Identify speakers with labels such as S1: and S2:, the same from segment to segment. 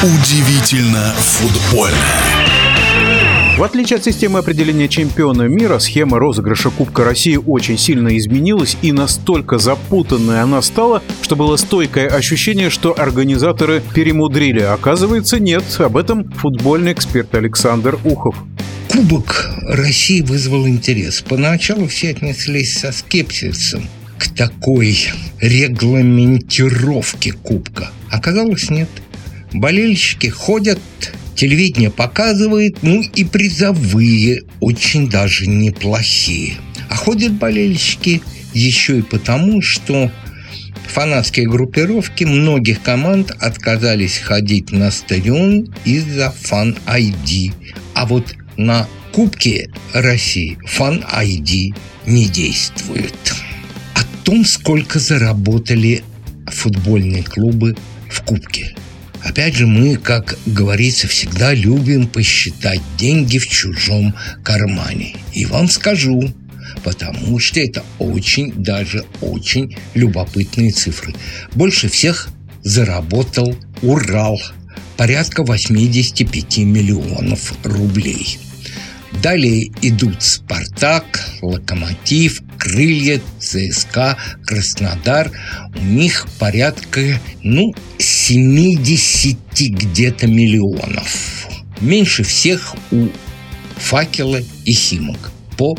S1: Удивительно футбольно.
S2: В отличие от системы определения чемпиона мира, схема розыгрыша Кубка России очень сильно изменилась, и настолько запутанной она стала, что было стойкое ощущение, что организаторы перемудрили. Оказывается, нет. Об этом футбольный эксперт Александр Ухов.
S3: Кубок России вызвал интерес. Поначалу все отнеслись со скепсисом к такой регламентировке Кубка. Оказалось, нет. Болельщики ходят, телевидение показывает, и призовые очень даже неплохие. А ходят болельщики еще и потому, что фанатские группировки многих команд отказались ходить на стадион из-за фан-ID. А вот на Кубке России фан-ID не действует. О том, сколько заработали футбольные клубы в Кубке. Опять же, мы, как говорится, всегда любим посчитать деньги в чужом кармане. И вам скажу, потому что это очень любопытные цифры. Больше всех заработал Урал. Порядка 85 миллионов рублей. Далее идут «Спартак», «Локомотив», «Крылья», «ЦСКА», «Краснодар». У них порядка, 70 где-то миллионов. Меньше всех у «Факела» и «Химок» по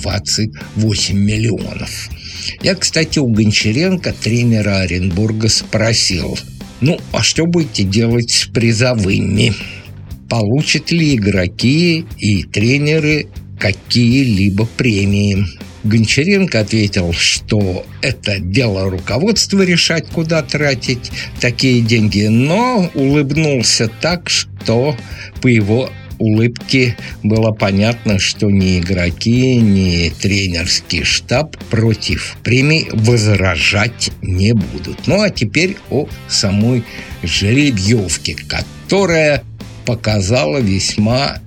S3: 28 миллионов. Я, кстати, у Гончаренко, тренера Оренбурга, спросил, а что будете делать с призовыми? Получат ли игроки и тренеры какие-либо премии? Гончаренко ответил, что это дело руководства решать, куда тратить такие деньги, но улыбнулся так, что по его улыбке было понятно, что ни игроки, ни тренерский штаб против премий возражать не будут. А теперь о самой жеребьевке, которая показала весьма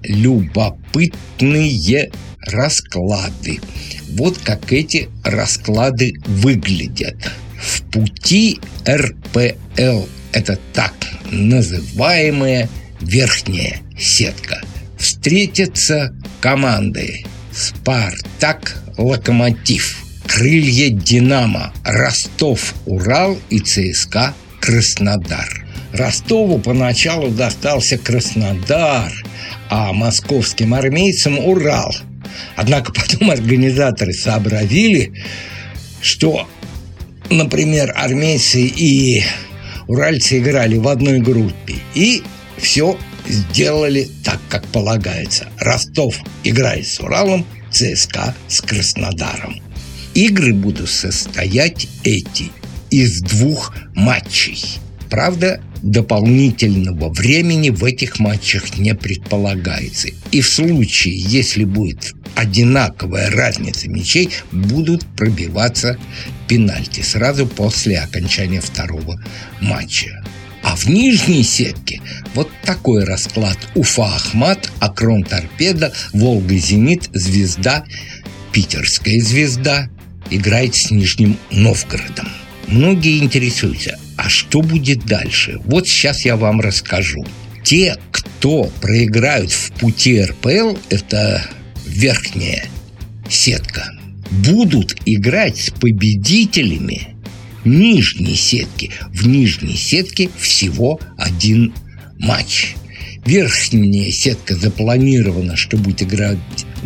S3: любопытные расклады. Вот как эти расклады выглядят. В пути РПЛ, это так называемая верхняя сетка, встретятся команды «Спартак», «Локомотив», «Крылья», «Динамо», «Ростов», «Урал» и «ЦСКА», «Краснодар». Ростову поначалу достался Краснодар, а московским армейцам Урал. Однако потом организаторы сообразили, что, например, армейцы и уральцы играли в одной группе, и все сделали так, как полагается. Ростов играет с Уралом, ЦСКА с Краснодаром. Игры будут состоять из 2 матчей. Правда, дополнительного времени в этих матчах не предполагается. И в случае, если будет одинаковая разница мячей, будут пробиваться пенальти сразу после окончания второго матча. А в нижней сетке вот такой расклад: Уфа, Ахмат, Акрон, Торпедо, Волга, Зенит, Звезда, Питерская Звезда играет с Нижним Новгородом. Многие интересуются, а что будет дальше? Вот сейчас я вам расскажу. Те, кто проиграют в пути РПЛ, это верхняя сетка, будут играть с победителями нижней сетки. В нижней сетке всего 1 матч. Верхняя сетка запланирована, что будет играть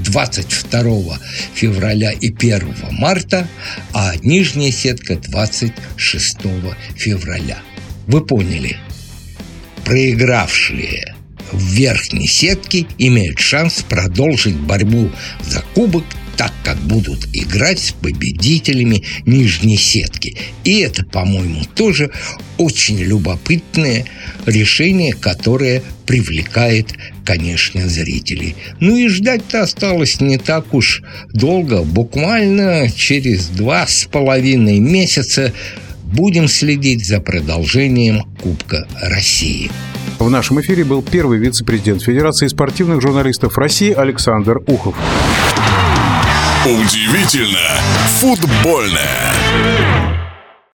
S3: 22 февраля и 1 марта, а нижняя сетка 26 февраля. Вы поняли? Проигравшие в верхней сетке имеют шанс продолжить борьбу за кубок, так как будут играть с победителями нижней сетки. И это, по-моему, тоже очень любопытное решение, которое привлекает, конечно, зрителей. И ждать-то осталось не так уж долго. Буквально через 2,5 месяца будем следить за продолжением Кубка России.
S2: В нашем эфире был первый вице-президент Федерации спортивных журналистов России Александр Ухов.
S1: Удивительно футбольное.